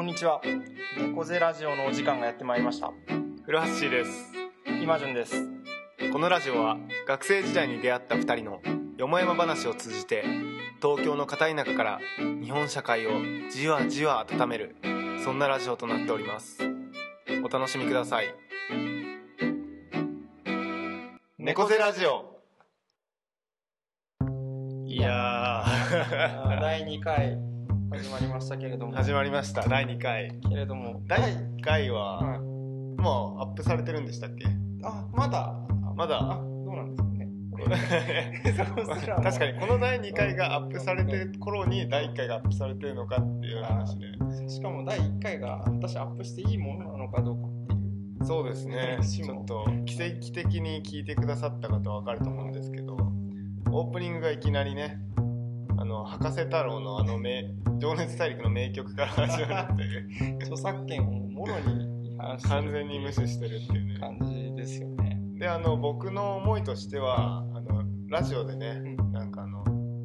こんにちは。猫背ラジオのお時間がやってまいりました。 古橋シーです。 今順です。 このラジオは学生時代に出会った2人のよもやま話を通じて、東京の片田舎から日本社会をじわじわ温める、そんなラジオとなっております。お楽しみください。猫背ラジオ。いやー第2回始まりましたけれども。 始まりました。第2回けれども、 第1回は、もうアップされてるんでしたっけ？ まだどうなんですかね。 確かにこの第2回がアップされてる頃に第1回がアップされてるのかっていう話で、 しかも第1回が私アップしていいものなのかどうかっていう。 そうですね。ちょっと奇跡的に聞いてくださった方は分かると思うんですけど、オープニングがいきなりね、博士太郎の情熱大陸の名曲から始まるっていう著作権をもろに違反してる、 完全に無視してるっていうね感じですよね。 で、僕の思いとしては、ラジオでね、なんか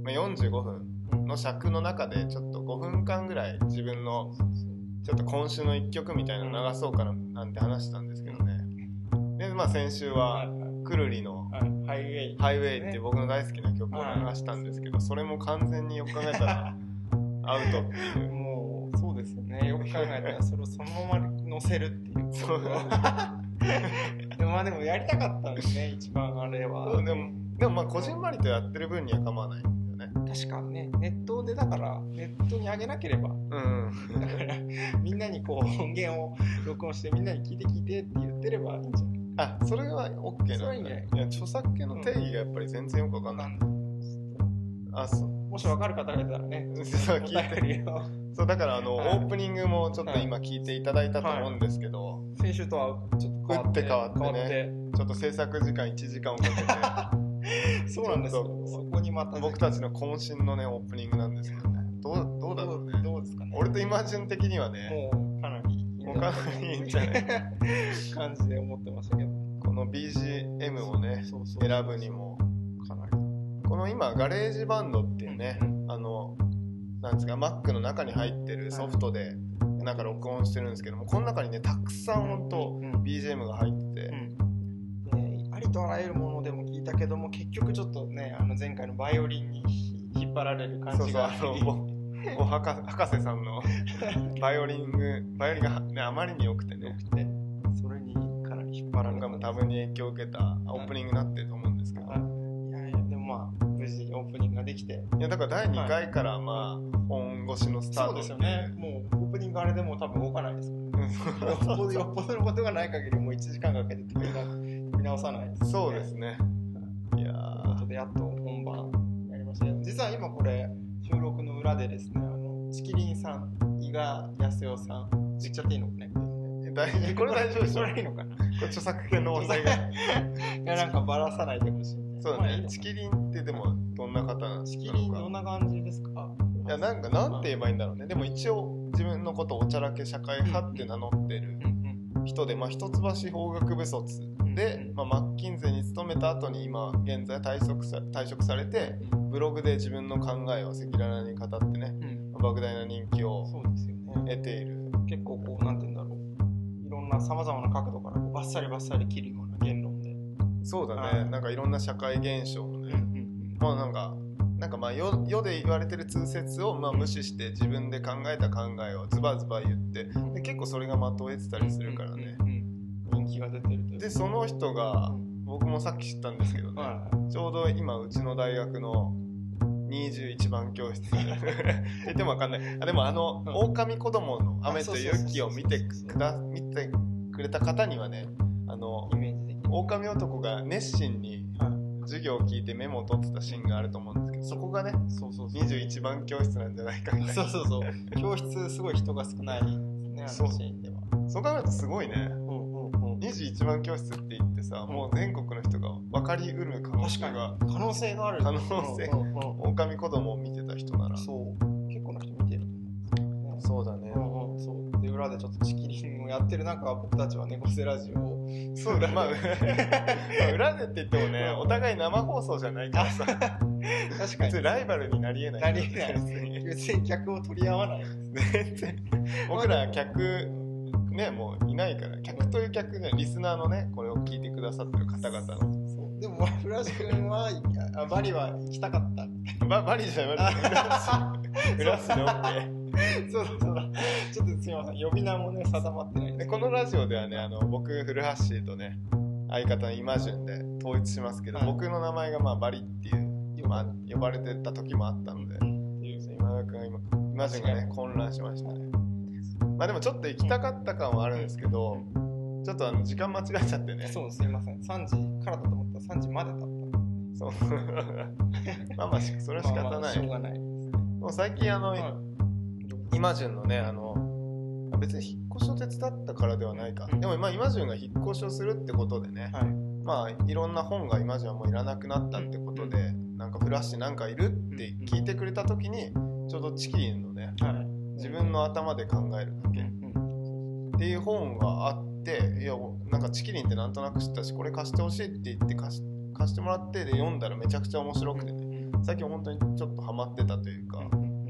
45分の尺の中でちょっと5分間ぐらい自分のちょっと今週の1曲みたいなの流そうかななんて話したんですけどね。で、先週はくるりのハイウェイって僕の大好きな曲を流したんですけど、それも完全によく考えたらアウトっていう。 もうそうですよね。よく考えたらそれをそのまま載せるっていう。 そうでもやりたかったんですね、一番あれは。 でもこじんまりとやってる分には構わないんだよね。 確かにね、ネットでだからネットに上げなければ、だからみんなにこう音源を録音してみんなに聞いてって言ってればいいんじゃない。 それは OK なんだね。いや、著作権の定義がやっぱり全然よくわかんない。 もしわかる方がいたらね、 そう聞いてるよ。そうだからオープニングもちょっと今聞いていただいたと思うんですけど、 先週とはちょっと打って変わってね、ちょっと制作時間1時間をかけてそうなんですよ。そこにまた僕たちの渾身のねオープニングなんですけどね。どうだろうね。 どうですかね。 俺と今順的にはね、 もうかなりいいんじゃない感じで思ってましたけど、 この BGM をね選ぶにもかなり、この今ガレージバンドっていうね、なんですか、Mac の中に入ってるソフトでなんか録音してるんですけども、この中にねたくさん本当 BGM が入ってて、 ありとあらゆるものでも聞いたけども、結局ちょっとね前回のバイオリンに引っ張られる感じが博士さんのバイオリンが、ね、あまりに良くてね、 それにかなり引っ張られる、 多分に影響を受けたオープニングになってると思うんですけど、 いやでも無事オープニングができて、 いやだから第2回から本越しのスタートで、 そうですよね。もうオープニングあれでも多分動かないですからね。よっぽどのことがない限りもう1時間かけて撮り直さないですね。 そうですね。いやー、 ということでやっと本番やりましたけど、実は今これ収録の裏でですね、チキリンさん、伊賀康代さん、言っちゃっていいのかね。 これ大丈夫でしょ。 これいいのかな。これ著作権の問題が。いやなんかバラさないでほしい。 そうだね。チキリンってでもどんな方なんですか。 チキリンどんな感じですか。 いやなんて言えばいいんだろうね。でも一応自分のことをおちゃらけ社会派って名乗ってる人で、一橋法学部卒で、マッキンゼに勤めた後に今現在退職されて、ブログで自分の考えを赤裸々に語ってね、莫大な人気を得ている。 結構こうなんて言うんだろう、いろんなさまざまな角度からバッサリ切るような言論で。 そうだね。なんかいろんな社会現象をね、なんか世で言われてる通説を無視して自分で考えた考えをズバズバ言って、で結構それが的を得てたりするからね、 人気が出てるという。 でその人が僕もさっき知ったんですけどね、ちょうど今うちの大学の21番教室言っても分かんない。でも狼子供の雨と雪を見てくれた方にはね、狼男が熱心に授業を聞いてメモを取ってたシーンがあると思うんですけど、そこがね、21番教室なんじゃないかみたいな。 教室すごい人が少ないですね、シーンでは。 そう考えるとすごいね。21番教室って言ってさ、もう全国の人が分かりうる可能性がある。狼子供を見てた人なら、 結構な人見てると思う。 そうだね。 で裏でちょっとチキリンをやってる中、僕たちは猫背ラジオをそうだ裏でって言ってもね、お互い生放送じゃないからさ、確かにライバルになりえない。 別に客を取り合わないですね。 全然僕ら客ねもういないから、客という客ね、リスナーのねこれを聞いてくださってる方々の。 そうでも古橋君はバリは行きたかった。 バリじゃない、浦安で OK。 そうだちょっとすみません、呼び名もね定まってないでこのラジオではね僕古橋とね相方のイマジュンで統一しますけど、僕の名前がバリっていう呼ばれてた時もあったので、今田君がイマジュンがね混乱しましたね。でもちょっと行きたかった感はあるんですけど、ちょっと時間間違えちゃってね。 そう、すいません、3時からだと思ったら3時までだった。 そうそれは仕方ない。 しょうがないです。 もう最近イマジュンのね別に引っ越しを手伝ったからではないか、でもイマジュンが引っ越しをするってことでね、いろんな本がイマジュンはもういらなくなったってことで、なんかフラッシュなんかいるって聞いてくれた時にちょうどチキリンのね、自分の頭で考えるだけっていう本があって、いやなんかチキリンってなんとなく知ったしこれ貸してほしいって言って貸してもらって、で読んだらめちゃくちゃ面白くてね、最近本当にちょっとハマってたというか、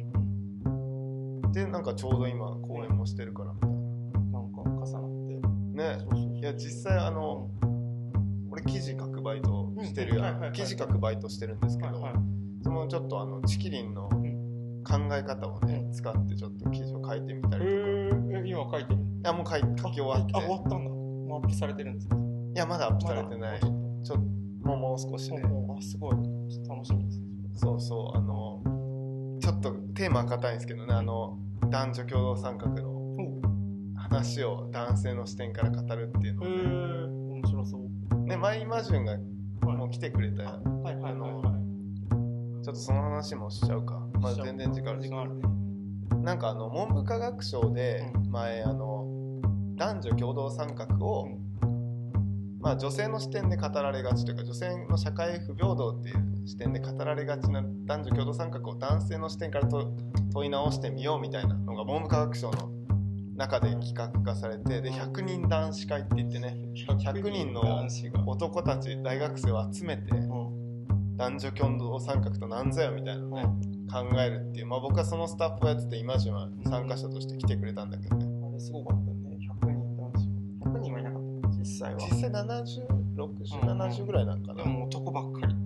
でなんかちょうど今講演もしてるからみたいな、 なんか重なってね。いや実際俺記事書くバイトしてる記事書くバイトしてるんですけど、そのちょっとチキリンの考え方をね使ってちょっと記事を書いてみたりとか。 今書いてる？いやもう書き終わって。 終わったんだ。もうアップされてるんですか？ いやまだアップされてない。ちょっともう少しね。 すごい。ちょっと楽しみですね。 そうちょっとテーマは硬いんですけどね、男女共同参画の話を男性の視点から語るっていうのをね、 面白そうね。マイマジュンがもう来てくれた、ちょっとその話もしちゃうか。全然時間あるね。なんか文部科学省で前男女共同参画を女性の視点で語られがちというか、女性の社会不平等っていう視点で語られがちな男女共同参画を男性の視点から問い直してみようみたいなのが文部科学省の中で企画化されて、で100人男子会って言ってね、100人の男たち大学生を集めて男女共同参画となんぞやみたいなのをね考えるっていう、僕はそのスタッフをやってて、イマジンは参加者として来てくれたんだけどね。 あれすごかったね。100人男子100人はいなかった。実際 70、60、70ぐらいなんかな。 もう男ばっかり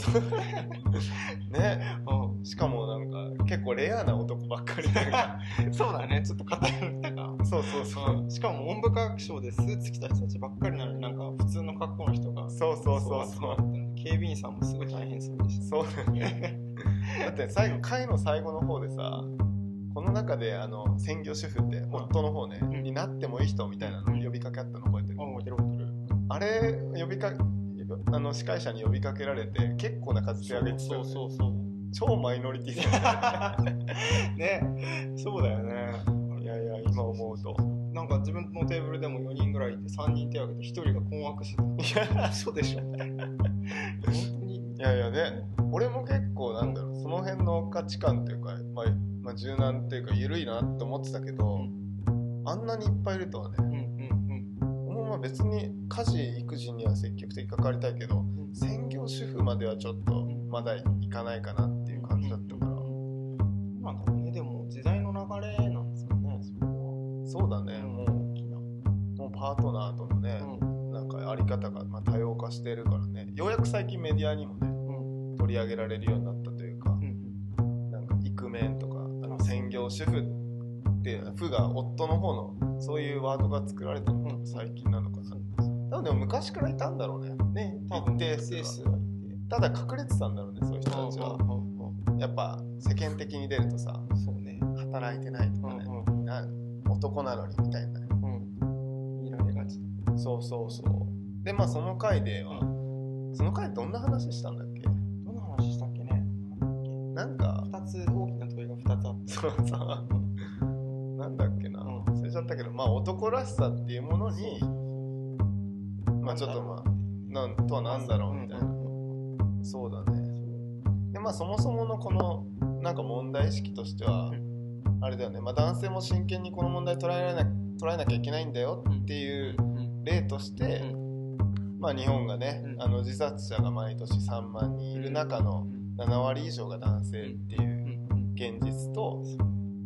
ね、しかもなんか結構レアな男ばっかりそうだね、ちょっと偏ったか。 そうしかも文部科学省でスーツ着た人たちばっかりなのに、なんか普通の格好の人がそう警備員さんもすごい大変そうでした。 そうだね。だって会の最後の方でさ、この中で専業主婦って夫の方ね、になってもいい人みたいなの呼びかけあったの覚えてる？ 覚えてる。 あれ司会者に呼びかけられて結構な数手挙げてたよね。そう超マイノリティだね。そうだよね。 いや今思うとなんか自分のテーブルでも4人ぐらいいて3人手挙げて1人が困惑してた。そうでしょ。本当に。 いやね、俺も結構なんだろう、その辺の価値観というか、柔軟というか緩いなって思ってたけど、あんなにいっぱいいるとはね。別に家事育児には積極的に関わりたいけど、専業主婦まではちょっとまだいかないかなっていう感じだったから。 なんだろうね、でも時代の流れなんですかね。 そうだね、もうパートナーとのね、なんかあり方が多様化してるからね、ようやく最近メディアにもね、取り上げられるようになったというか、なんかイクメンとか専業主婦っていう夫が夫の方のそういうワードが作られたのが最近なのかな。多分でも昔からいたんだろうね。 多分一定数はいて、 ただ隠れてたんだろうね、そういう人たちは。やっぱ世間的に出るとさ、働いてないとかね、男なのにみたいなね、 見られがち。 そうでその回では、その回どんな話したんだっけ？ どんな話したっけね。 なんか 2つ大きな問いが2つあって、 なんだっけな、忘れちゃったけど、男らしさっていうものにちょっとなんとはなんだろうみたいな。そうだね。でそもそものこのなんか問題意識としてはあれだよね。男性も真剣にこの問題捉えなきゃいけないんだよっていう例として、日本がね、自殺者が毎年3万人いる中の7割以上が男性っていう現実と、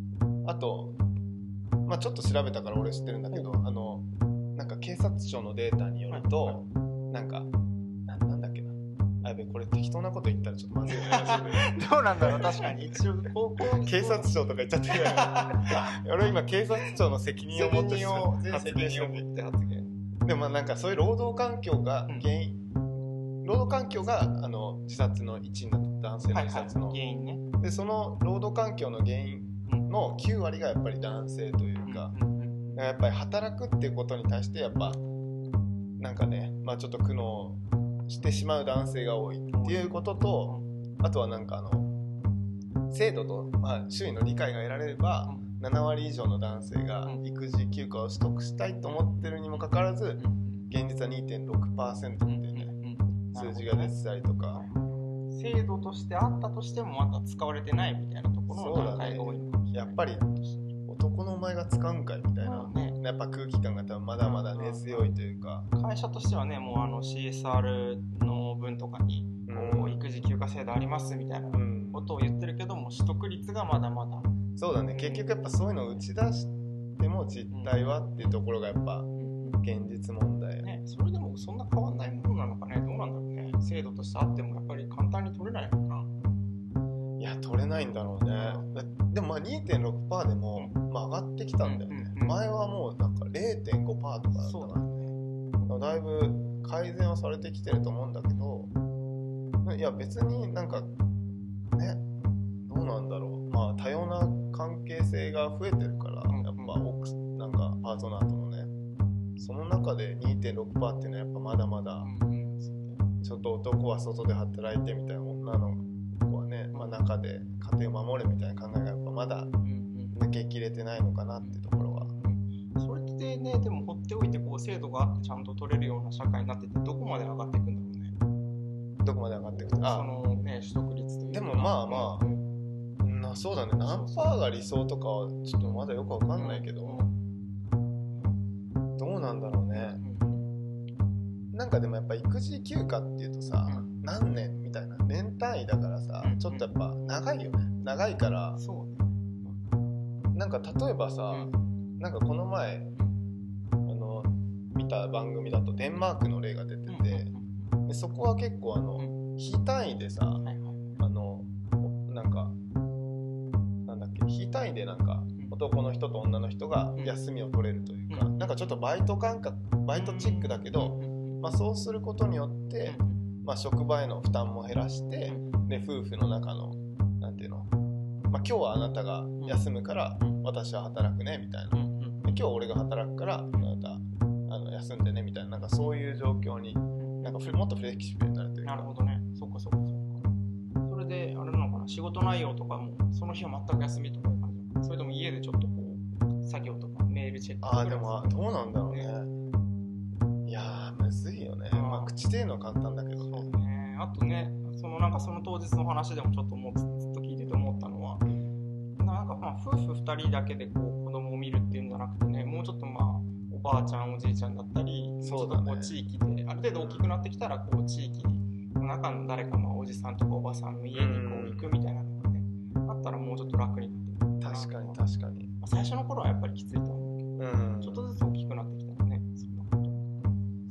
あと、まあ、ちょっと調べたから俺知ってるんだけど、なんか警察庁のデータによると、なんかなんだっけな、あ、やべこれ適当なこと言ったらちょっとまずいねどうなんだろう、確かに一応警察庁とか言っちゃってる俺今警察庁の責任を持って発言してる。でもなんかそういう労働環境が原因、労働環境が自殺の一因だった男性の自殺の、 原因ね。 でその労働環境の原因の9割がやっぱり男性というか、やっぱり働くっていうことに対してやっぱなんかね、まあちょっと苦悩してしまう男性が多いっていうことと、あとはなんか制度と、まあ、周囲の理解が得られれば7割以上の男性が育児休暇を取得したいと思ってるにもかかわらず、現実は 2.6% っていうね、数字が出てたりとか、 制度としてあったとしてもまだ使われてないみたいなところの段階が多いのかもしれない。 やっぱり男のお前が使うんかいみたいな、やっぱ空気感が多分まだまだ根強いというか、 会社としてはね、もうCSR の分とかにこう育児休暇制度ありますみたいなことを言ってるけども、取得率がまだまだ。 そうだね、結局やっぱそういうのを打ち出しても実態はっていうところがやっぱ現実問題、 ね、それでもそんな変わんないものなのかね、どうなんだろうね。制度としてあってもやっぱり簡単に取れないのかな。 いや取れないんだろうね。でもまあ 2.6% でも、まあ、上がってきたんだよね、前はもうなんか 0.5% とかだったからね。だいぶ改善はされてきてると思うんだけど、いや別になんかね、どうなんだろう、まあ多様な関係性が増えてるから、やっぱなんかパートナーとのね、その中で 2.6% っていうのはやっぱまだまだ、ちょっと男は外で働いてみたいな、女の子はね、まあ、中で家庭を守るみたいな考えがやっぱまだ抜けきれてないのかなっていうところは、 それってね、でも放っておいてこう制度があってちゃんと取れるような社会になってて、どこまで上がっていくんだろうね。 どこまで上がっていくか、 そのね、取得率というか。 でもまあまあ、そうだね、何パーが理想とかはちょっとまだよくわかんないけど、どうなんだろうね。なんかでもやっぱ育児休暇っていうとさ、何年みたいな年単位だからさ、ちょっとやっぱ長いよね。長いから、なんか例えばさ、なんかこの前見た番組だとデンマークの例が出てて、でそこは結構日単位でさ、なんかなんだっけ、日単位でなんか男の人と女の人が休みを取れるというか、なんかちょっとバイト感覚、バイトチックだけど、まあ、そうすることによって、まあ、職場への負担も減らして、で夫婦の中のなんていうの、まあ、今日はあなたが休むから私は働くねみたいな、で今日俺が働くからあなた休んでねみたいな、なんかそういう状況になんかもっとフレキシブルになるというか。 なるほどね。そっかそっかそっか。それであれなのかな、仕事内容とかもその日は全く休みとかいう感じ、それとも家でちょっとこう作業とかメールチェックとか。 でもどうなんだろうね。いやむずいよね。まあ口で言うのは簡単だけどね。 そうね。あとね、なんかその当日の話でもちょっともうずっと聞いてて思ったのは、なんかまあ夫婦2人だけでこう子供を見るっていうんじゃなくてね、もうちょっとまあおばあちゃんおじいちゃんだったり、 そうだね、 こう地域である程度大きくなってきたらこう地域の中の誰か、まあおじさんとかおばさんの家にこう行くみたいなのがね、あったらもうちょっと楽になってくる。 確かに確かに。 最初の頃はやっぱりきついと思うけど、ちょっとずつ大きくなってきたらね、そんなこと。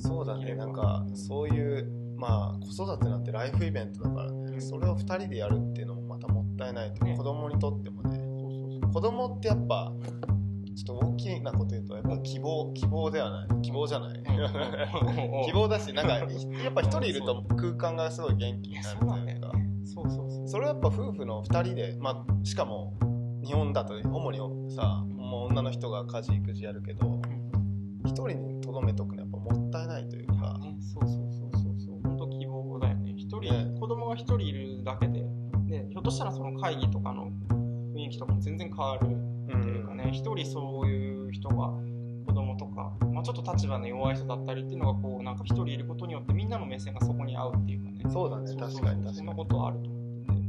そうだね、なんかそういうまあ子育てなんてライフイベントだからね、それを2人でやるっていうのもまたもったいないという、子供にとってもね。子供ってやっぱちょっと大きなこと言うとやっぱ希望ではない、希望じゃない希望だし、なんかやっぱ一人いると空間がすごい元気になるというか、それはやっぱ夫婦の2人で、まあしかも日本だと主にさ、もう女の人が家事育児やるけど、一人にとどめとくのやっぱもったいないというか、 そう本当希望だよね。一人、子供が一人いるだけで、ひょっとしたらその会議とかの雰囲気とかも全然変わるというかね、一人そういう人が子供とか、まあ、ちょっと立場の弱い人だったりっていうのがこうなんか一人いることによってみんなの目線がそこに合うっていうかね。 そうだね、確かにそんなことはあると思ってね。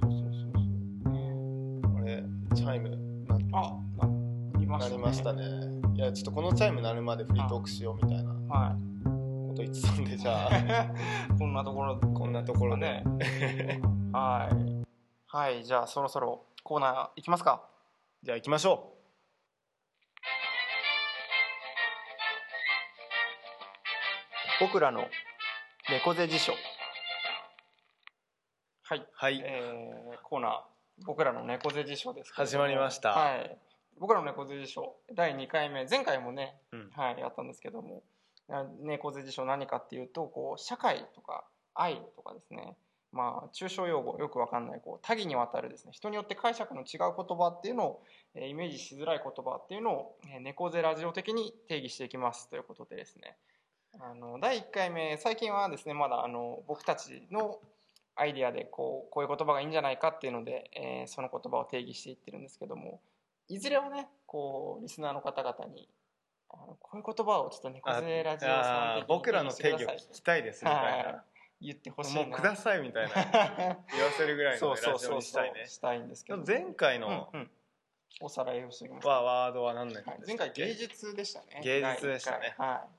あれチャイムなりましたね。いやちょっとこのチャイム鳴るまでフリートークしようみたいなこと言ってたんで、じゃあこんなところではい、じゃあそろそろコーナーいきますか。 じゃあ行きましょう。 僕らの猫背辞書。はい、 はい、 コーナー僕らの猫背辞書ですけど始まりました。 はい、僕らの猫背辞書第2回目、前回もね、はい、やったんですけども、猫背辞書何かっていうと、こう社会とか愛とかですね、まあ抽象用語よくわかんないこう多義にわたるですね、人によって解釈の違う言葉っていうのをイメージしづらい言葉っていうのを猫背ラジオ的に定義していきますということでですね、第1回目、最近はですねまだ僕たちのアイディアでこういう言葉がいいんじゃないかっていうので、その言葉を定義していってるんですけども、いずれはねこうリスナーの方々にこういう言葉をちょっと猫背ラジオさん的に僕らの定義を聞きたいですみたいな、 言ってほしいな、 もうくださいみたいな言わせるぐらいのラジオにしたいね。 したいんですけど、 前回のおさらいをしておきます。 ワードは何だっけ、 前回芸術でしたね。 芸術でしたね。 はい、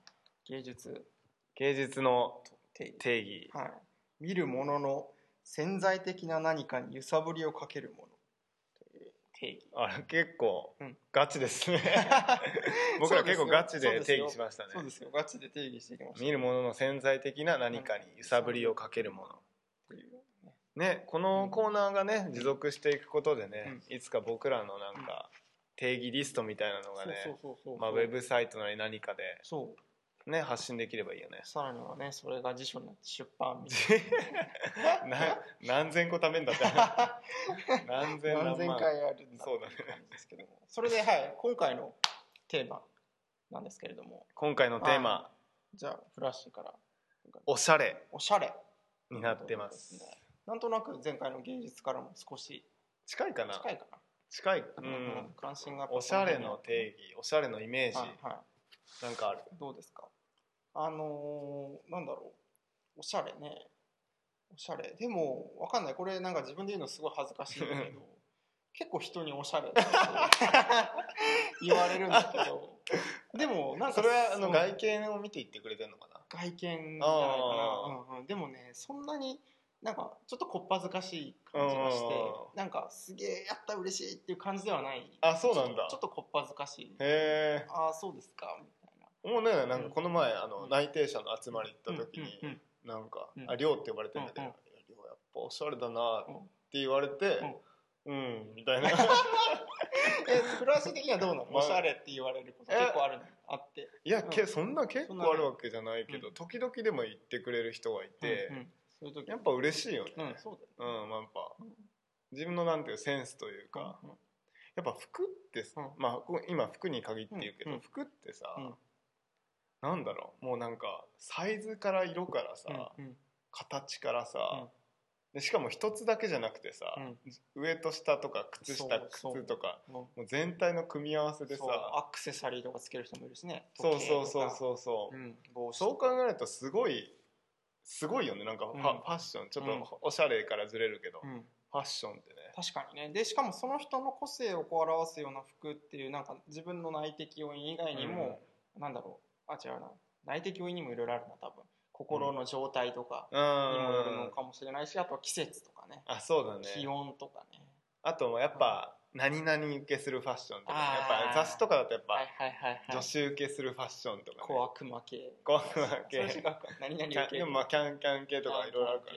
芸術の定義、 はい、見るものの潜在的な何かに揺さぶりをかけるものという定義。 あれ結構ガチですね僕ら結構ガチで定義しましたね。 そうですよ、ガチで定義していきました。 見るものの潜在的な何かに揺さぶりをかけるものね、このコーナーがね持続していくことでね、いつか僕らのなんか定義リストみたいなのがね、まあウェブサイトなり何かでね発信できればいいよね。 さらにはね、それが辞書になって出版みたいな何千個貯めんだって何千回あるんだそうだねですけども、それではい今回のテーマなんですけれども、 今回のテーマ、 じゃあフラッシュからおしゃれになってます。 なんとなく前回の芸術からも少し近いかな。 近い、関心がおしゃれの定義、おしゃれのイメージ、なんかある？ どうですか？なんだろう、おしゃれね、おしゃれでもわかんない、これなんか自分で言うのすごい恥ずかしいんだけど結構人におしゃれって言われるんだけど、でもなんかそれは外見を見て言ってくれてるのかな。 外見じゃないかな。でもね、そんなになんかちょっとこっぱずかしい感じがして、なんかすげえやった嬉しいっていう感じではない。 あ、そうなんだ。 ちょっとこっぱずかしい。 へえ。 あ、そうですかみたいな。 もうね、なんかこの前内定者の集まり行った時に、なんかりょうって呼ばれてるんだけど、りょうやっぱおしゃれだなって言われて、みたいな。 フランス的にはどうなの？おしゃれって言われること結構あるの？あって。 いや、そんな結構あるわけじゃないけど、時々でも言ってくれる人がいて、やっぱ嬉しいよね。 そうだよね。 やっぱ自分のなんていうセンスというか、やっぱ服ってさ、まあ今服に限って言うけど、服ってさ、なんだろう、もうなんかサイズから色からさ、形からさ、でしかも一つだけじゃなくてさ、上と下とか靴下靴とかもう全体の組み合わせでさ、 アクセサリーとかつける人もいるしね。 そう考えるとすごいよね。なんかファッション、ちょっとおしゃれからずれるけど、ファッションってね、 確かにね。でしかもその人の個性をこう表すような服っていう、なんか自分の内的要因以外にも、なんだろう、違うな、内的要因にもいろいろあるな、多分心の状態とかにもよるのかもしれないし、あとは季節とかね。 あ、そうだね。 気温とかね。 あとやっぱ何々受けするファッションとか、やっぱ雑誌とかだとやっぱ女子受けするファッションとかね。 小悪魔系。何々受け。 でもキャンキャン系とかいろいろあるから。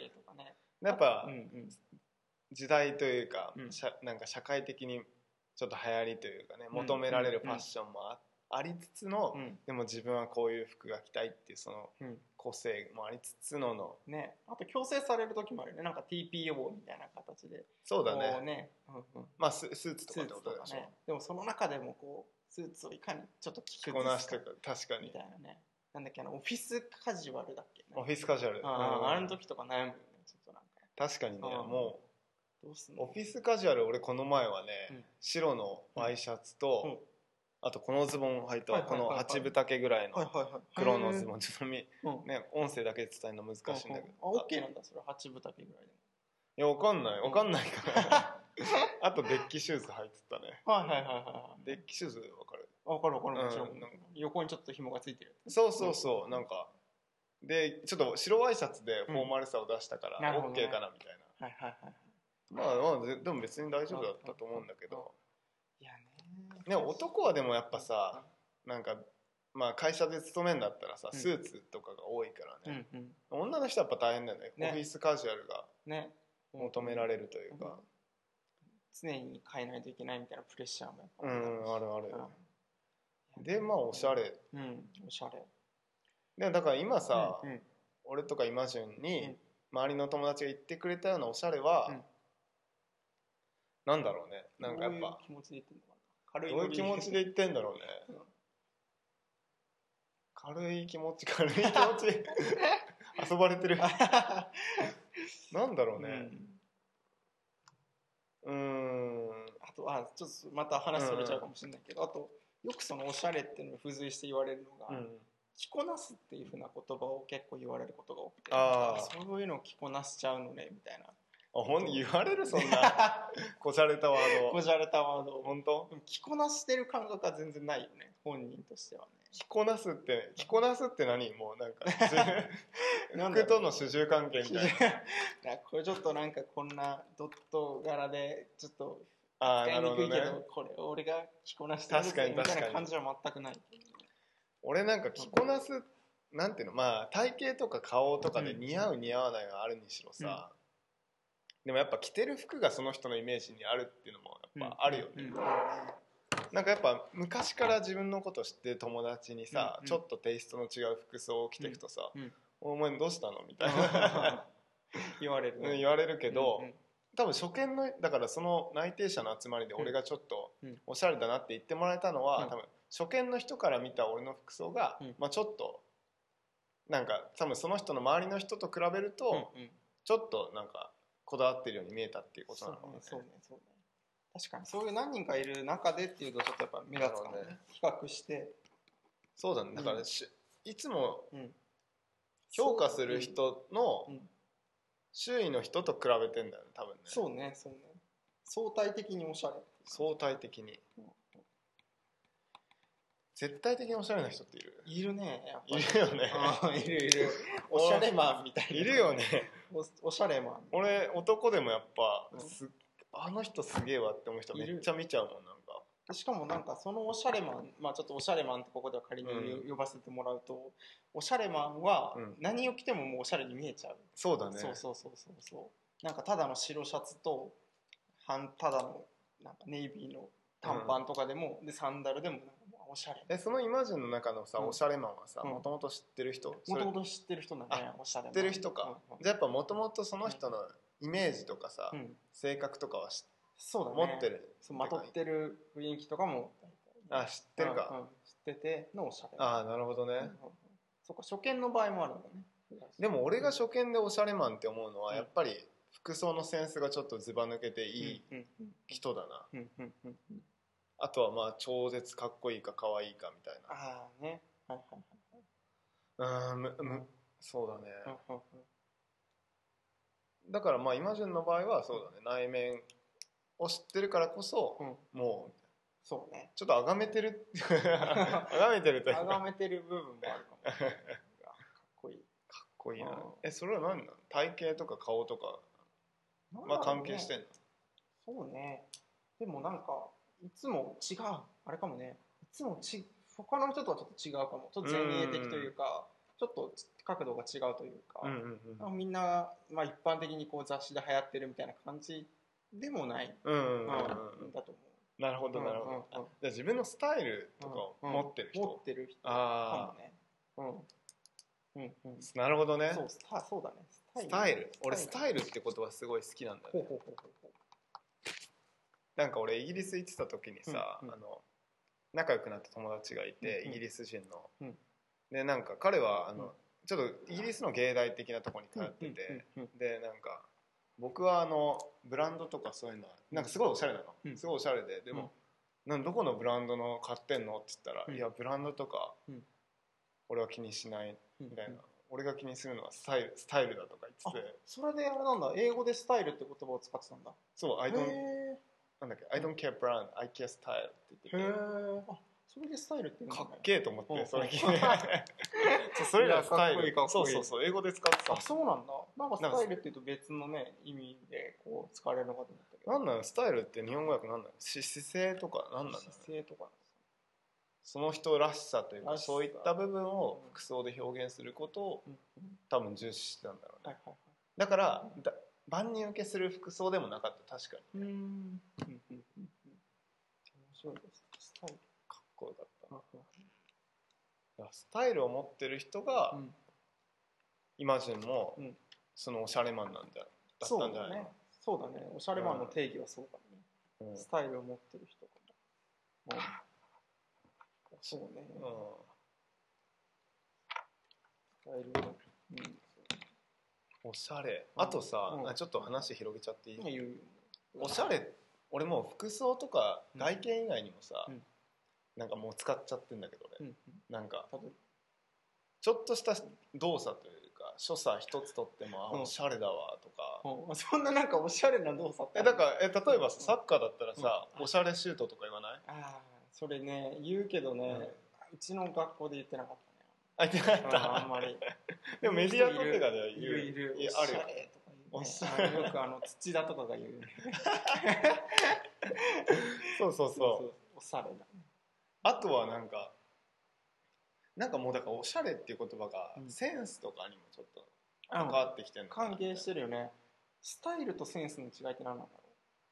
やっぱ時代というか、なんか社会的にちょっと流行りというかね、求められるファッションもありつつの、でも自分はこういう服が着たいっていうその個性もありつつのね、あと強制される時もあるね。なんか TPO みたいな形で。 そうだね。まあスーツとかってことでしょ。 でもその中でもこうスーツをいかにちょっと着こなしてか、確かにみたいなね。なんだっけ、オフィスカジュアルだっけ、 オフィスカジュアル。 あの時とか悩むよね、ちょっとなんか。 確かにね、もうどうすんの？ オフィスカジュアル、俺この前はね、白のワイシャツと、あとこのズボン履いたこの8分丈ぐらいの黒のズボン、ちょっとね、音声だけで伝えるの難しいんだけど。 オッケーなんだ、それ8分丈ぐらいでも。 いや、わかんないからあとデッキシューズ履いてたね。デッキシューズわかる？ わかるもちろん。横にちょっと紐がついてる。 そうなんかでちょっと白ワイシャツでフォーマルさを出したからオッケーかなみたいな。まあでも別に大丈夫だったと思うんだけど。 いやね、男はでもやっぱさ、なんかまあ会社で勤めんだったらさ、スーツとかが多いからね、女の人はやっぱ大変だよね。オフィスカジュアルが求められるというか、 常に変えないといけないみたいなプレッシャーもやっぱあるある。でまあおしゃれ、 おしゃれでだから今さ、俺とかイマジュンに周りの友達が言ってくれたようなおしゃれは、なんだろうね、なんかやっぱどういう気持ちで言ってんだろうね。軽い気持ち遊ばれてるなんだろうね、 あとちょっとまた話それちゃうかもしれないけど、あとよくそのおしゃれっていうのを付随して言われるのが、着こなすっていう風な言葉を結構言われることが多くて、そういうのを着こなしちゃうのねみたいな。 言われる、そんなこじゃれたワード。 こじゃれたワード。 本当？ 着こなしてる感覚は全然ないよね、本人としてはね。 着こなすって何？もうなんか服との主従関係みたいな。これちょっとなんかこんなドット柄でちょっと使いにくいけど、これ俺が着こなしてるみたいな感じは全くない。 俺なんか着こなす、なんていうの、まあ体型とか顔とかで似合う似合わないがあるにしろさ、でもやっぱ着てる服がその人のイメージにあるっていうのもやっぱあるよね。なんかやっぱ昔から自分のこと知ってる友達にさ、ちょっとテイストの違う服装を着ていくとさ、お前どうしたのみたいな言われるけど、多分初見のだからその内定者の集まりで俺がちょっとおしゃれだなって言ってもらえたのは、多分初見の人から見た俺の服装が、まあちょっとなんか多分その人の周りの人と比べると、ちょっとなんかこだわってるように見えたっていうことなのかもね。 そうね。確かにそういう何人かいる中でっていうとちょっとやっぱ目立つかもね。比較して。 そうだね。だからいつも評価する人の周囲の人と比べてんだよね、多分ね。 そうね。相対的におしゃれ。 相対的に。絶対的におしゃれな人っている？ いるね。やっぱりいるよね。 いる。おしゃれマンみたいな。 いるよね。 おしゃれマン。 俺男でもやっぱあの人すげえわって思う人めっちゃ見ちゃうもん。なんかしかもなんかそのおしゃれマン、まあちょっとおしゃれマンってここでは仮に呼ばせてもらうと、おしゃれマンは何を着てももうおしゃれに見えちゃう。 そうだね。 そうなんかただの白シャツとただのなんかネイビーの短パンとかでも、でサンダルでもなんかおしゃれ。 そのイマジンの中のさ、おしゃれマンはさ、もともと知ってる人？ もともと知ってる人なんだね、おしゃれマン。 知ってる人か。じゃあやっぱもともとその人のイメージとかさ、性格とかは持ってる。 まとってる雰囲気とかも知ってるか。 知っててのおしゃれ。 なるほどね。 そっか、初見の場合もあるんだね。 でも俺が初見でおしゃれマンって思うのは、やっぱり服装のセンスがちょっとずば抜けていい人だな。あとはまあ超絶かっこいいか可愛いかみたいな。そうだね。だからまあイマジンの場合はそうだね、内面を知ってるからこそ、もうそうね、 ちょっと崇めてる崇めてるというか崇めてる部分もあるかも。かっこいいな。それは何なの？体型とか顔とかまあ関係してんの？ そうね。でもなんかいつも違うあれかもね。いつも他の人とはちょっと違うかも。ちょっと前衛的というか、ちょっと角度が違うというか、みんな、まあ、一般的にこう雑誌で流行ってるみたいな感じでもない、だと思う。 なるほどなるほど。じゃあ自分のスタイルとかを持ってる人かもね。 なるほどね。 そうだね。 スタイル。俺スタイルって言葉すごい好きなんだよね。なんか俺イギリス行ってた時にさ、仲良くなった友達がいて、イギリス人の。でなんか彼はちょっとイギリスの芸大的なところに通ってて、でなんか僕はブランドとかそういうのはなんかすごいおしゃれなの、すごいおしゃれで、でもどこのブランドの買ってんのって言ったら、いやブランドとか俺は気にしないみたいな、俺が気にするのはスタイルだとか言ってて。 それであれなんだ、英語でスタイルって言葉を使ってたんだ。 そう、I don't care brand, I care style って言ってて、 それでスタイルってかっけえと思って、それ聞いてそれらスタイル、そう、英語で使ってた。 そうなんだ。なんかスタイルって言うと別のね意味でこう使われるのかと思って。 なんなのスタイルって日本語訳なんなの？姿勢とかなんなの？ 姿勢とかその人らしさというか、 らしさそういった部分を服装で表現することを多分重視してたんだろうね。だから万人受けする服装でもなかった、確かに。 面白いです。スタイルかっこよかった。だからスタイルを持ってる人が、イマジンもそのおしゃれマンなんだったんじゃないの？ そうだね。おしゃれマンの定義はそうかもね。スタイルを持ってる人かも。そうね。スタイルの、 おしゃれ。あとさ、ちょっと話広げちゃっていい？おしゃれ、俺もう服装とか外見以外にもさ、なんかもう使っちゃってんだけどね。なんかちょっとした動作というか所作一つとってもおしゃれだわとか。 そんななんかおしゃれな動作ってだから例えばサッカーだったらさ、おしゃれシュートとか言わない？ ああ、それね言うけどね、うちの学校で言ってなかったね。 あ、言ってなかった。 あんまり。 でもメディアとかでは言う。 いる。 あるよ。 おしゃれとか言うね。よく土田とかが言うね。 そう。 おしゃれだね。 あとはなんかもうだからおしゃれっていう言葉がセンスとかにもちょっと関わってきてるのかな。 関係してるよね。スタイルとセンスの違いって何なんだろう。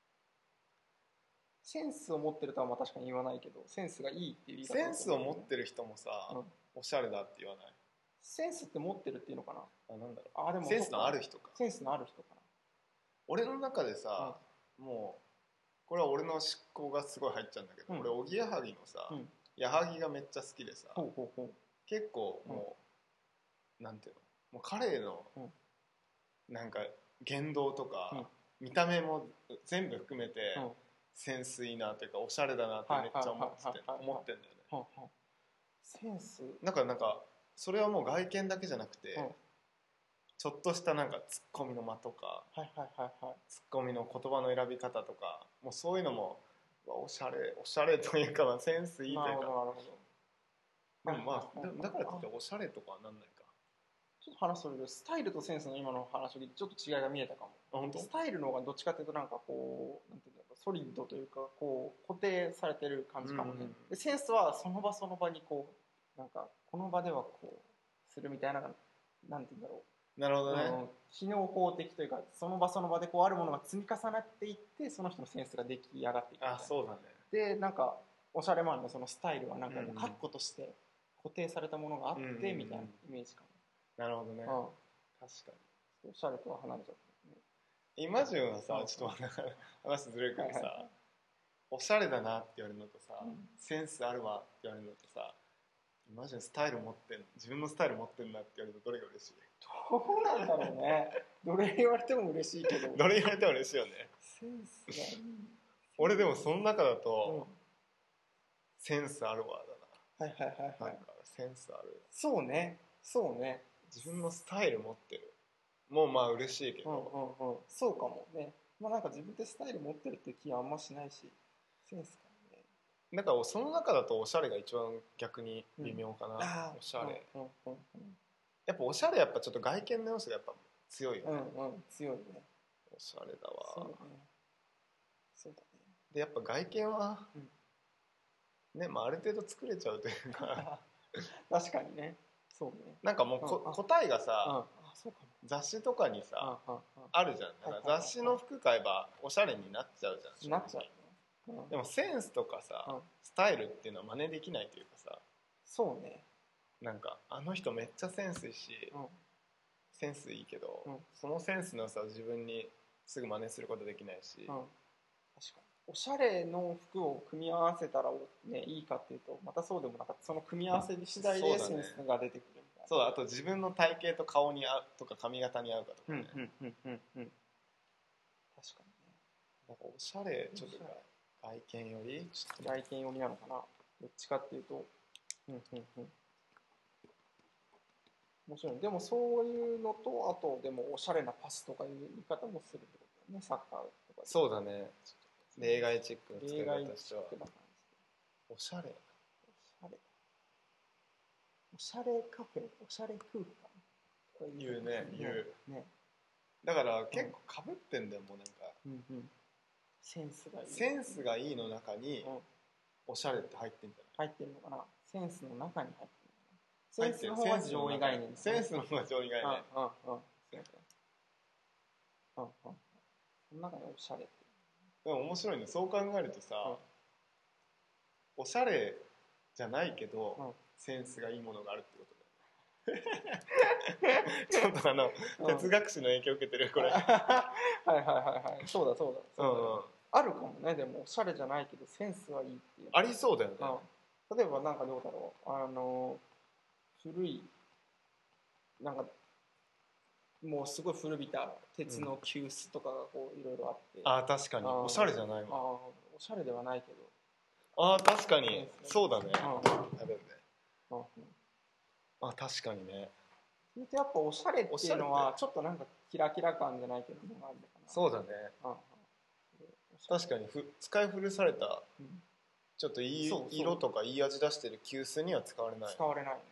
センスを持ってるとはまあ確かに言わないけど、センスがいいっていう言い方。 センスを持ってる人もさ、おしゃれだって言わない？ センスって持ってるっていうのかな。 なんだろう。 でもセンスのある人か。 センスのある人かな。 俺の中でさ、もうこれは俺の思考がすごい入っちゃうんだけど、俺おぎやはぎのさ、矢作がめっちゃ好きでさ、結構もう、なんていうの、もう彼のなんか言動とか、見た目も全部含めてセンスいいなというかおしゃれだなってめっちゃ思ってんだよね。 センスなんかそれはもう外見だけじゃなくて、ちょっとしたなんかツッコミの間とか、ツッコミの言葉の選び方とか、もうそういうのもおしゃれというか、センスいいというか。でもまあだからといっておしゃれとかはなんないか。 ちょっと話するけど、スタイルとセンスの今の話を聞いてちょっと違いが見えたかも。スタイルの方がどっちかというとなんかこうなんていうんだろう、ソリッドというかこう固定されてる感じかもね。でセンスはその場その場にこうなんかこの場ではこうするみたいな、なんていうんだろう。 なるほどね。 機能法的というか、その場その場でこうあるものが積み重なっていってその人のセンスが出来上がっていく。 そうだね。 でなんかおしゃれマンのそのスタイルはなんかもう確固として固定されたものがあってみたいなイメージかも。 なるほどね。確かにおしゃれとは離れちゃったね。 イマジンはさ、ちょっと話ずれるけどさ、おしゃれだなって言われるのとさ、センスあるわって言われるのとさ、イマジンスタイル持ってん、自分のスタイル持ってんなって言われるとどれが嬉しい？ どうなんだろうね。どれ言われても嬉しいけど。 どれ言われても嬉しいよね。 センスがいい。 俺でもその中だと、センスあるわだな。なんかセンスある。 そうね。 自分のスタイル持ってる。もうまあ嬉しいけど。 そうかもね。まあなんか自分でスタイル持ってるって気はあんましないし、センスかもね。 なんかその中だとおしゃれが一番逆に微妙かな。おしゃれ。やっぱおしゃれやっぱちょっと外見の要素がやっぱ強いよね。 強いね。 おしゃれだわ。 そうだね。 でやっぱ外見はね、まあある程度作れちゃうというか確かにね。そうね。 なんかもう答えがさ、雑誌とかにさあるじゃん。だから雑誌の服買えばおしゃれになっちゃうじゃん。 なっちゃう。 でもセンスとかさ、スタイルっていうのは真似できないというかさ。 そうね。なんかあの人めっちゃセンスいいし、センスいいけど、そのセンスの良さを自分にすぐ真似することできないし、 確かにおしゃれの服を組み合わせたら、ね、いいかっていうとまたそうでもなかった。その組み合わせ次第でセンスが出てくるみたいな。 そうだ、あと自分の体型と顔に合うとか髪型に合うかとかね。確かにね。なんかおしゃれちょっと外見よりちょっと外見よりなのかな。どっちかっていうと面白い。でもそういうのと、あとでもおしゃれなパスとかいう言い方もするってことだよね、サッカーとか。 そうだね。例外チックの作り方としてはおしゃれ、 おしゃれカフェ、おしゃれ空間とか言うね。だから結構かぶってんだよ、もうなんかセンスがいい。 センスがいいの中に、おしゃれって入ってんじゃない？ 入ってるのかな。センスの中に入ってるのかな。センスの方が上位概念。 センスの方が上位概念。 その中におしゃれって。 でも面白いね。そう考えるとさ、おしゃれじゃないけど、センスがいいものがあるってことだよね。ちょっと哲学史の影響を受けてるこれ。 はい。そうだ。あるかもね。でもおしゃれじゃないけどセンスはいいっていう。 ありそうだよね。 例えばなんかどうだろう。古いなんかもうすごい古びた鉄の急須とかがこういろいろあって。 確かにおしゃれじゃないわ。 おしゃれではないけど。 確かにそうだね。確かにね。 やっぱおしゃれっていうのはちょっとなんかキラキラ感じゃないけどもあるのかな。 そうだね。確かに使い古されたちょっといい色とかいい味出してる急須には使われない。 使われないね。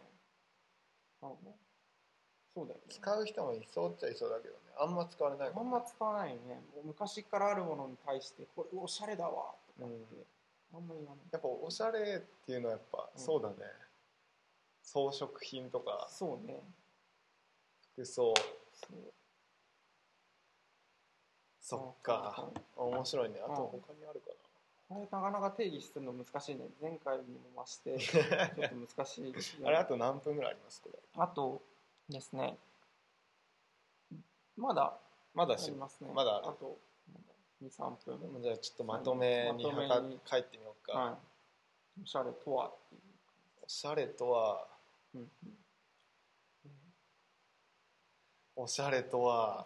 そうだよね。 使う人もいそうっちゃいそうだけどね。あんま使われない。 あんま使わないよね。昔からあるものに対してこれおしゃれだわとかってあんまり言わない。 やっぱおしゃれっていうのはやっぱそうだね。装飾品とか。 そうね。 服装。そっか。面白いね。あと他にあるかな。 これなかなか定義するの難しいね。前回にも増してちょっと難しい。 あれあと何分ぐらいありますこれ？ あとですね。まだありますね。 まだある。 あと2、3分。 じゃあちょっとまとめに書いてみようか。 おしゃれとはっていう。 おしゃれとは。おしゃれとは。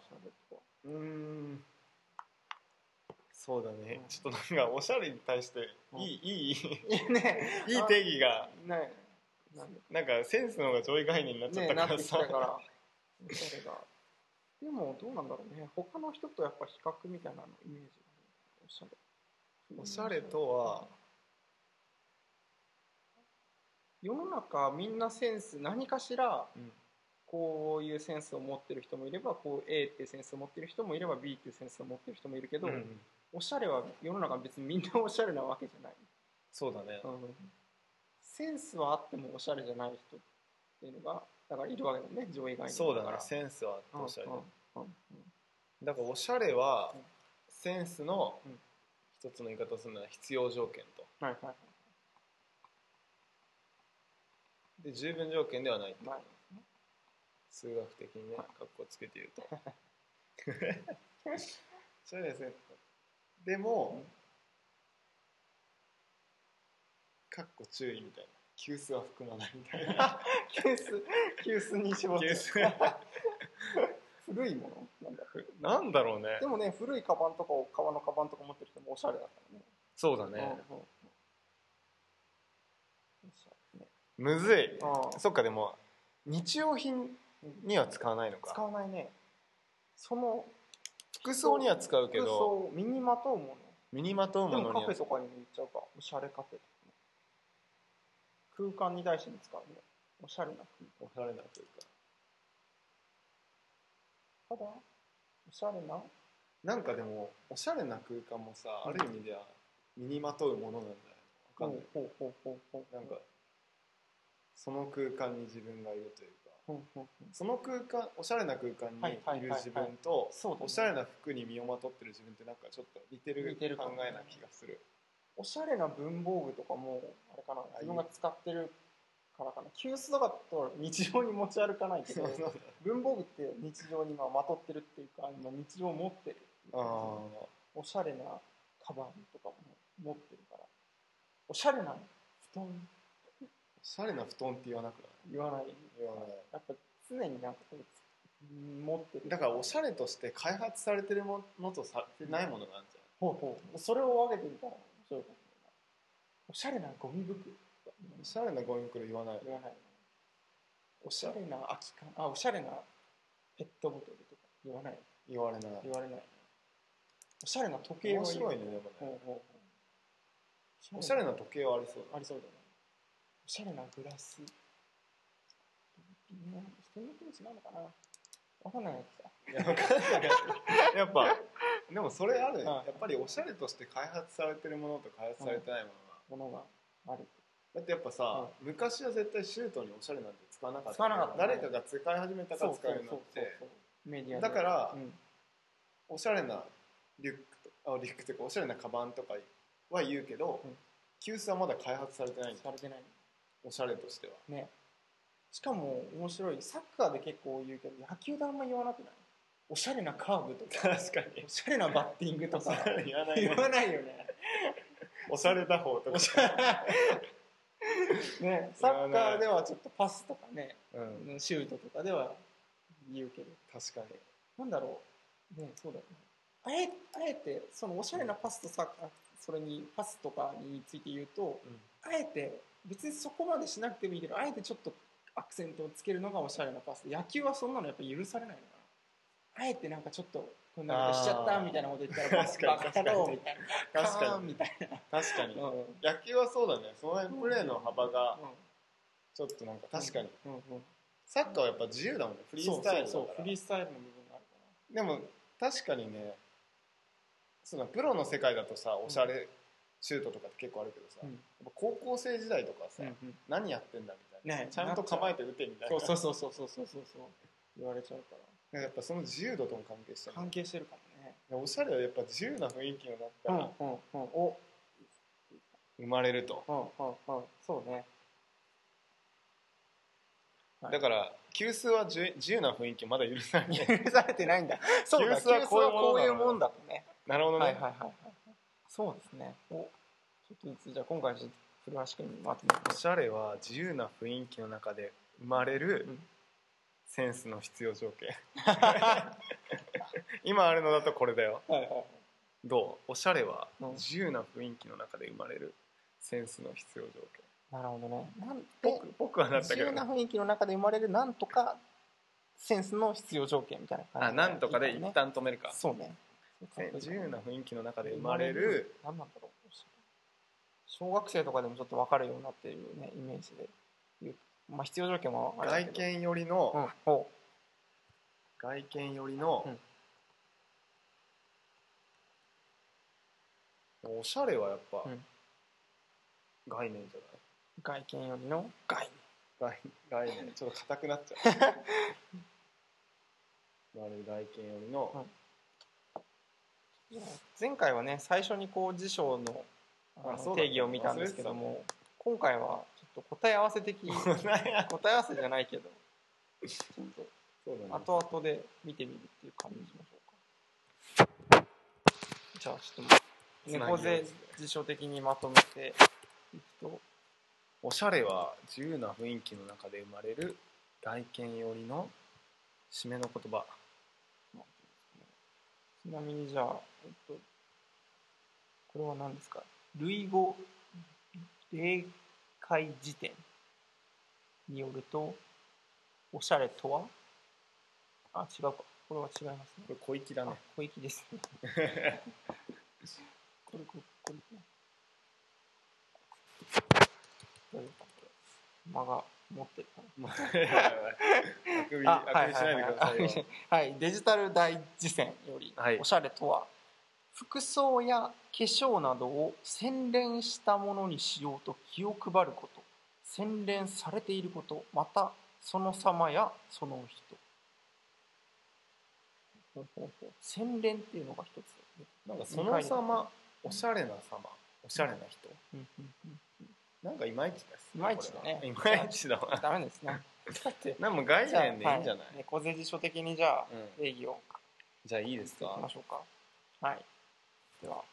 そうだね。ちょっとなんかおしゃれに対していい定義がなんかセンスの方が上位概念になっちゃったからさ。 おしゃれが。でもどうなんだろうね。他の人とやっぱ比較みたいなのイメージがおしゃれ。 おしゃれとは世の中みんなセンス何かしらこういうセンスを持ってる人もいればこう A っていうセンスを持ってる人もいれば B っていうセンスを持ってる人もいるけど、おしゃれは世の中別にみんなおしゃれなわけじゃない。 そうだね。 センスはあってもおしゃれじゃない人っていうのがだからいるわけだね。上位概念そうだね。センスはあっておしゃれだからおしゃれはセンスの一つの言い方をするのは必要条件と。で十分条件ではない。数学的にね、カッコつけて言うと。そうですね。でも、カッコ注意みたいな。急須は含まないみたいな。 急須に絞って。古いものなんだろうね。 でもね、古いカバンとかを革のカバンとか持ってる人もおしゃれだからね。 そうだね。むずい。そっか、でも日用品には使わないのか。 使わないね。その服装には使うけど。 服装身にまとうもの。 身にまとうものには。 でもカフェとかにも行っちゃうか。おしゃれカフェとか、ね。空間に対しても使うね。おしゃれな空間。 おしゃれな空間。 ただおしゃれな。 なんかでもおしゃれな空間もさ、ある意味では身にまとうものなんだよ。わかんない。なんかその空間に自分がいるというか、その空間、おしゃれな空間にいる自分とおしゃれな服に身をまとってる自分ってなんかちょっと似てる考えな気がする。 おしゃれな文房具とかもあれかな、自分が使ってるからかな。急須とかと日常に持ち歩かないけど文房具って日常にまとってるっていうか今日常持ってる。おしゃれなカバンとかも持ってるから。おしゃれな布団、 おしゃれな布団って言わなくない？ 言わない。やっぱ常になんか持ってる。 だからおしゃれとして開発されてるものとされてないものがあるじゃん。それを分けてみたら面白いかもしれない。おしゃれなゴミ袋。 おしゃれなゴミ袋言わない。 おしゃれな空き缶。おしゃれなペットボトルとか言わない。 言われない。 おしゃれな時計は面白いね。でもね。おしゃれな時計はありそうだ。 ありそうだね。おしゃれなグラス。人の気持ちなのかな。わかんないやつだ。 いや分かんないやっぱでもそれある、やっぱりおしゃれとして開発されてるものと開発されてないものがある。 だってやっぱさ、昔は絶対シュートにおしゃれなんて使わなかった、誰かが使い始めたから使うようになってだから、おしゃれなリュックとかおしゃれなカバンとかは言うけど、急須はまだ開発されてないおしゃれとしてはね。しかも面白い、サッカーで結構言うけど野球であんま言わなくない？おしゃれなカーブとか確かにおしゃれなバッティングとか言わないよね。 おしゃれ打法とかね、サッカーではちょっとパスとかね、シュートとかでは言うけど、 確かになんだろうね、そうだよね。あえてそのおしゃれなパスとサッカー、それにパスとかについて言うと、あえて別にそこまでしなくてもいいけど、あえてちょっとアクセントをつけるのがおしゃれなパス。野球はそんなのやっぱ許されないのかな。あえてなんかちょっとこんなことしちゃったみたいなこと言ったらバカ野郎みたいな、 確かにみたいな。 確かに、野球はそうだね。その辺プレーの幅がちょっとなんか確かに、サッカーはやっぱ自由だもんね。フリースタイルだから。 フリースタイルの部分があるから。でも確かにね、そのプロの世界だとさ、おしゃれシュートとかって結構あるけどさ、やっぱ高校生時代とかさ、何やってんだみたいな、ちゃんと構えて打てみたいな、 そう言われちゃうから。 やっぱその自由度とも関係してる。 関係してるかもね。 おしゃれはやっぱ自由な雰囲気の中から生まれると。 そうね。 だから急須は自由な雰囲気まだ許されてないんだ。そうだ、急須はこういうもんだとね。 なるほどね。 そうですね。ちょっとずつじゃあ今回古橋君にまとめて。 おしゃれは自由な雰囲気の中で生まれるセンスの必要条件。今あるのだとこれだよ。どう？おしゃれは自由な雰囲気の中で生まれるセンスの必要条件。 なるほどね。 僕はなったけど、 自由な雰囲気の中で生まれるなんとかセンスの必要条件みたいな感じ。 なんとかで一旦止めるか。 そうね。 自由な雰囲気の中で生まれる。 何なんだろう。小学生とかでもちょっと分かるようになっているね、イメージで言う。まあ必要条件は外見寄りの、外見寄りの、おしゃれはやっぱ、概念じゃない？ 外見よりの概念ちょっと硬くなっちゃう。外見よりの、 前回はね最初にこう辞書の定義を見たんですけども、今回はちょっと答え合わせ的答え合わせじゃないけどちょっと後々で見てみるっていう感じにしましょうか。じゃあちょっと猫背辞書的にまとめていくと、 おしゃれは自由な雰囲気の中で生まれる外見寄りの締めの言葉。 ちなみにじゃあ、これは何ですか？類語例会辞典によると、おしゃれとは、違うか、これは違いますね。 これ小粋だね。 小粋ですね。これ間が持ってるかな。 あくびしないでくださいよ。 はい、デジタル大辞典より、おしゃれとは服装や化粧などを洗練したものにしようと気を配ること、洗練されていること、またその様やその人。洗練っていうのが一つ。 なんかその様、おしゃれな様、おしゃれな人。なんかいまいちです。 いまいちだね。 いまいちだわ。 ダメですね。 なんも概念でいいんじゃない？ 猫背辞書的にじゃあ定義を。 じゃあいいですか？ いきましょうか。はい。では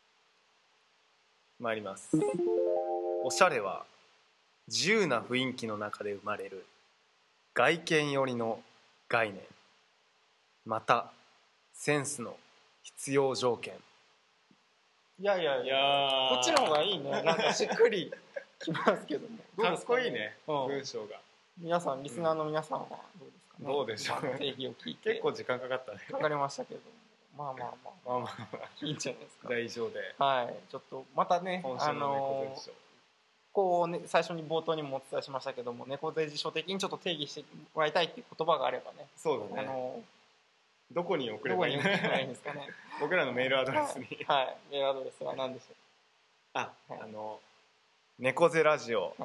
参ります。おしゃれは自由な雰囲気の中で生まれる外見寄りの概念、またセンスの必要条件。 いやこっちの方がいいね。なんかしっくりきますけども。 かっこいいね、文章が。 皆さん、リスナーの皆さんはどうですかね。 どうでしょう。 定義を聞いて結構時間かかったね。 かかりましたけど、まあいいんじゃないですか。 じゃあ以上で。 はい、ちょっとまたね、こうね、最初に冒頭にもお伝えしましたけども、猫背辞書的にちょっと定義してもらいたいっていう言葉があればね、 そうだね。 どこに送れどこばいいのに送ればいいんですかね。 僕らのメールアドレスにはい、メールアドレスは何でしょあ、 はい猫背ラジオはい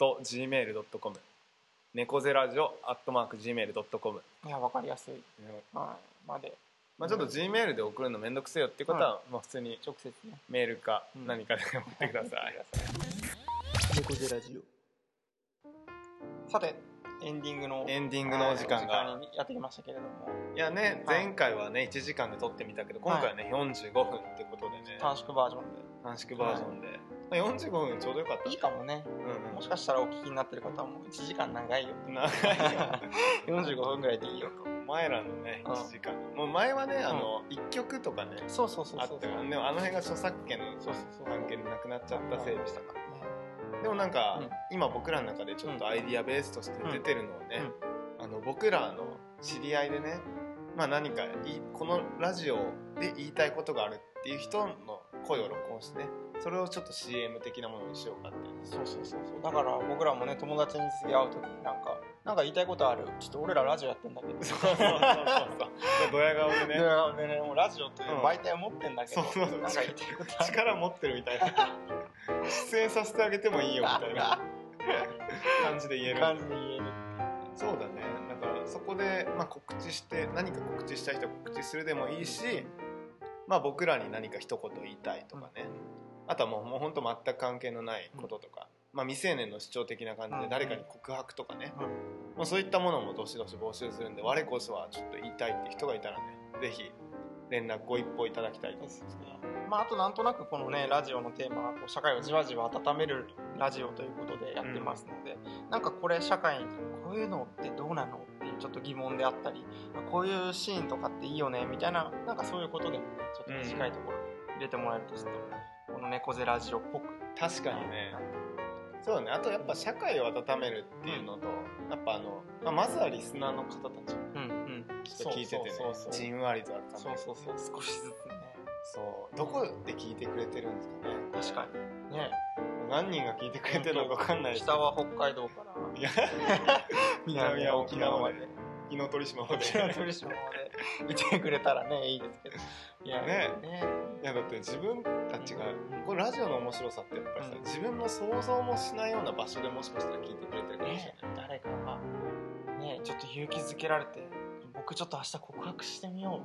@gmail.com 猫背ラジオ@gmail.com う。いや、わかりやすい。はい、まで。 まあちょっと Gmail で送るのめんどくせえよっていう方は、まあ普通に直接ね。 メールかうん何かで送ってください。 猫背ラジオ。さて、エンディングのお時間がにやってきましたけれども。 いやね、 はい前回はね1時間で撮ってみたけど今回はね45分ってことでね、 短縮バージョンで。 短縮バージョンで、まあ45分ちょうどよかったいいかもね。 うんもしかしたらお聞きになってる方はもう1時間長いよ。 長いよ 45分ぐらいでいいよと。 前らのねうん 1時間もう前はね1曲とかねそうそうそうあそう。 ったからね、あの辺が著作権のそうそうそう。 関係でなくなっちゃったせいでしたかね。 でもなんか、 うん今僕らの中でちょっとアイディアベースとして出てるのをね、僕らの知り合いでね、まあ、何かこのラジオで言いたいことがあるっていう人の声を録音してね、それをちょっと CM 的なものにしようかって。 そうそうそうそう。だから僕らもね、友達に次会う時になんか言いたいことある。ちょっと俺らラジオやってんだけど。 そうドヤ顔でねでね、もうラジオという媒体を持ってんだけど、 そうそうそうなんか言いたいことある。 力持ってるみたいな出演させてあげてもいいよみたいな感じで言える。 感じで言える。 そうだね。だからそこで、まあ、告知して何か告知したい人は告知するでもいいし、まあ、僕らに何か一言言いたいとかね、あとはもう本当全く関係のないこととか、まあ、未成年の主張的な感じで誰かに告白とかね、もうそういったものもどしどし募集するんで、我こそはちょっと言いたいって人がいたらね、ぜひ連絡ご一報いただきたいです。 まあ、あとなんとなくこのねラジオのテーマはこう社会をじわじわ温めるラジオということでやってますので、なんかこれ社会にこういうのってどうなのっていうちょっと疑問であったり、こういうシーンとかっていいよねみたいな、なんかそういうことでもちょっと近いところ入れてもらえるとしても、この猫背ラジオっぽく。 確かにね。そうだね。あとやっぱ社会を温めるっていうのと、やっぱまあ、まずはリスナーの方たちちょっと聞いててね、じんわりとあるかそうそうそう、少しずつね。 そう、どこで聞いてくれてるんですかね。 確かにね。 何人が聞いてくれてるのか分かんないです。 北は北海道からいや南は沖縄まで、 沖ノ鳥島まで、 沖ノ鳥島まで見てくれたらねいいですけど、いやね、いやだって自分たちがこれラジオの面白さってやっぱりさ、自分の想像もしないような場所でもしかしたら聞いてくれてるかもしれない。 誰かがねちょっと勇気づけられて、僕ちょっと明日告白してみよ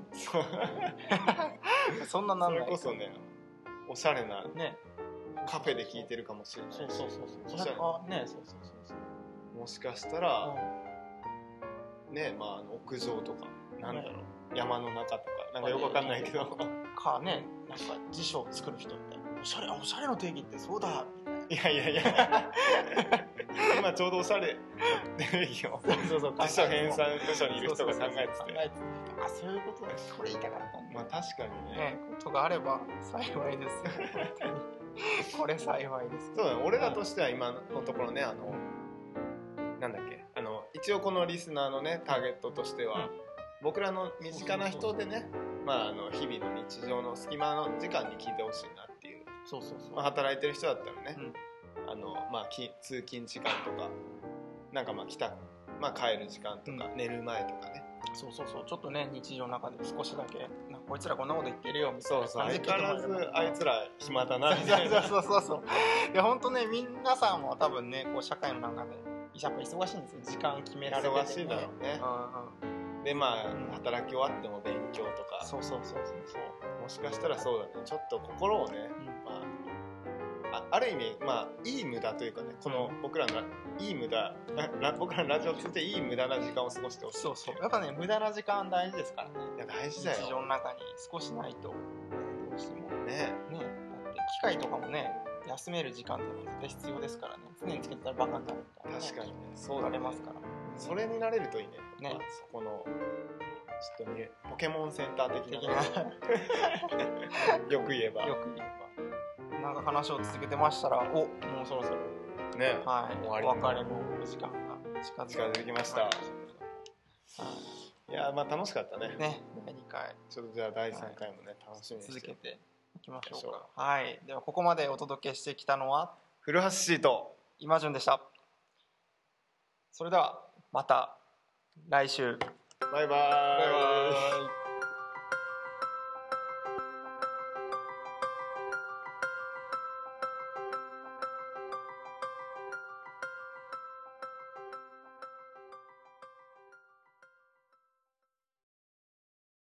うそんななんない。 それこそね、おしゃれなねカフェで聞いてるかもしれない。 そうそうそうそう。 それあねそうそうそうそう。 もしかしたら、ね、まあ屋上とかなんだろう、山の中とかなんかよくわかんないけどかね、なんか辞書を作る人っておしゃれの定義ってそうだみたいな。いや今ちょうどおしゃれの定義を辞書編纂部署にいる人が考えてて、 あ、そういうことでこれ言いたかったんだ。 まあ確かにね、 ことがあれば幸いですよ本当にこれ幸いです。 そうだね、俺らとしては今のところね、なんだっけ、一応このリスナーのねターゲットとしては、僕らの身近な人でね、まあ日々の日常の隙間の時間に聞いてほしいなっていう。 そうそうそう。 まあ、働いてる人だったらね、まあ通勤時間とか、なんかまあまあ帰る時間とか、寝る前とかね。 そうそうそう、ちょっとね日常の中で少しだけなんかこいつらこんなこと言ってるよみたいな感じで、相変わらずあいつら暇だなみたいな。そういや本当ね、皆さんも多分ねこう社会の中でやっぱ忙しいんですよ、時間決められてて、ね、 忙しいだろうね。でまあ、働き終わっても勉強とか、 そうもしかしたらそうだね、ちょっと心をね、まあ、ある意味まあいい無駄というかね、この僕らのいい無駄僕らのラジオを通じていい無駄な時間を過ごしてほしい。そうやっぱね無駄な時間大事ですからね。 いや大事だよ。 日常の中に少しないとどうしてもねだって機械とかもね休める時間って絶対必要ですからね。常につけてたらバカになるみたいな、 確かにね、そうなれますから、 それになれるといいね。まあ、そこのちょっとねポケモンセンター的なよく言えばなんか話を続けてましたら、もうそろそろね、 はい、お別れの時間が近づいてきました。いやまあ楽しかったね。 第2回ちょっとじゃあ第3回もね、楽しみに続けていきましょうか。はい、ではここまでお届けしてきたのは古橋シート今順でした。それではまた来週。 バイバーイ。